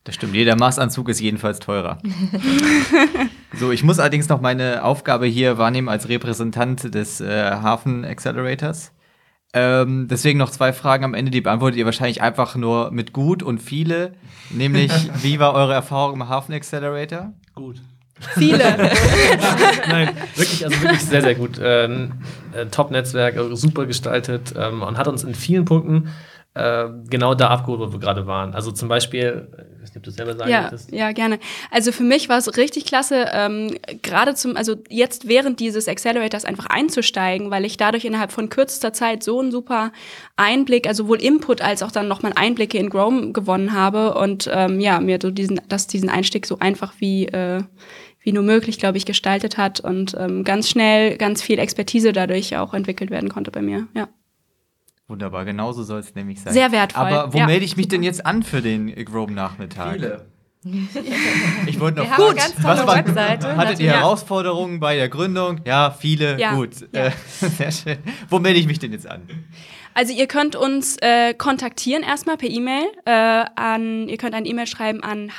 Das stimmt, jeder Maßanzug ist jedenfalls teurer. So, ich muss allerdings noch meine Aufgabe hier wahrnehmen als Repräsentant des Hafen Accelerators. Deswegen noch 2 Fragen am Ende, die beantwortet ihr wahrscheinlich einfach nur mit gut und viele. Nämlich, wie war eure Erfahrung im Hafen Accelerator? Gut. Viele. Nein, wirklich sehr, sehr gut. Top-Netzwerk, super gestaltet und hat uns in vielen Punkten genau da abgeholt, wo wir gerade waren. Also zum Beispiel, ich weiß nicht, ob du selber sagen möchtest. Ja, gerne. Also für mich war es richtig klasse, gerade jetzt während dieses Accelerators einfach einzusteigen, weil ich dadurch innerhalb von kürzester Zeit so einen super Einblick, also sowohl Input als auch dann nochmal Einblicke in Grow gewonnen habe und mir so diesen Einstieg so einfach wie nur möglich, glaube ich, gestaltet hat und ganz schnell ganz viel Expertise dadurch auch entwickelt werden konnte bei mir, ja. Wunderbar, genauso soll es nämlich sein. Sehr wertvoll. Aber wo melde ich mich denn jetzt an für den Groom-Nachmittag? Viele. Ich wollte noch Wir haben eine ganz tolle Webseite. Hattet ihr Herausforderungen bei der Gründung? Ja, viele. Ja. Gut. Ja. Sehr schön. Wo melde ich mich denn jetzt an? Also ihr könnt uns kontaktieren erstmal per E-Mail. Ihr könnt eine E-Mail schreiben an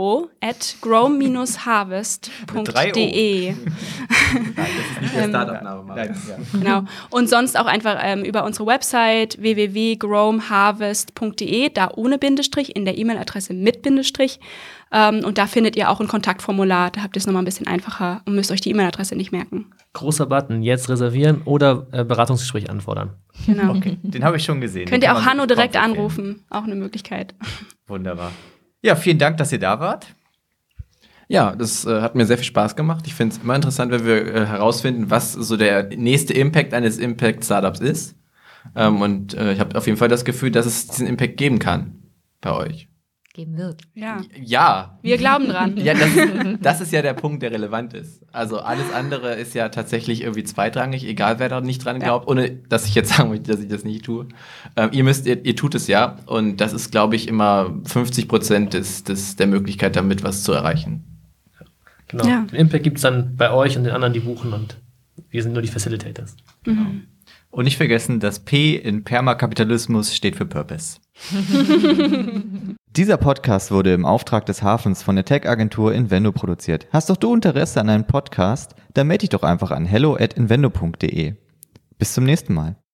hallo@grow-harvest.de. Nein, das ist nicht der Startup-Name. Ja. Genau. Und sonst auch einfach über unsere Website www.growharvest.de, da ohne Bindestrich, in der E-Mail-Adresse mit Bindestrich. Und da findet ihr auch ein Kontaktformular. Da habt ihr es nochmal ein bisschen einfacher und müsst euch die E-Mail-Adresse nicht merken. Großer Button, jetzt reservieren oder Beratungsgespräch anfordern. Genau. Okay, den habe ich schon gesehen. Könnt Den ihr kann auch man Hanno wirklich direkt kaum empfehlen. anrufen. Auch eine Möglichkeit. Wunderbar. Ja, vielen Dank, dass ihr da wart. Ja, das hat mir sehr viel Spaß gemacht. Ich finde es immer interessant, wenn wir herausfinden, was so der nächste Impact eines Impact-Startups ist. Und ich habe auf jeden Fall das Gefühl, dass es diesen Impact geben kann bei euch. Geben wird. Ja. Ja. Wir glauben dran. Ja, das ist ja der Punkt, der relevant ist. Also alles andere ist ja tatsächlich irgendwie zweitrangig, egal wer da nicht dran glaubt, ohne dass ich jetzt sagen möchte, dass ich das nicht tue. Ihr tut es ja und das ist, glaube ich, immer 50% der Möglichkeit, damit was zu erreichen. Genau. Ja. Den Impact gibt es dann bei euch und den anderen, die buchen und wir sind nur die Facilitators. Mhm. Und nicht vergessen, das P in Permakapitalismus steht für Purpose. Dieser Podcast wurde im Auftrag des Hafens von der Tech-Agentur Invendo produziert. Hast doch du Interesse an einem Podcast? Dann melde dich doch einfach an hello@invendo.de. Bis zum nächsten Mal.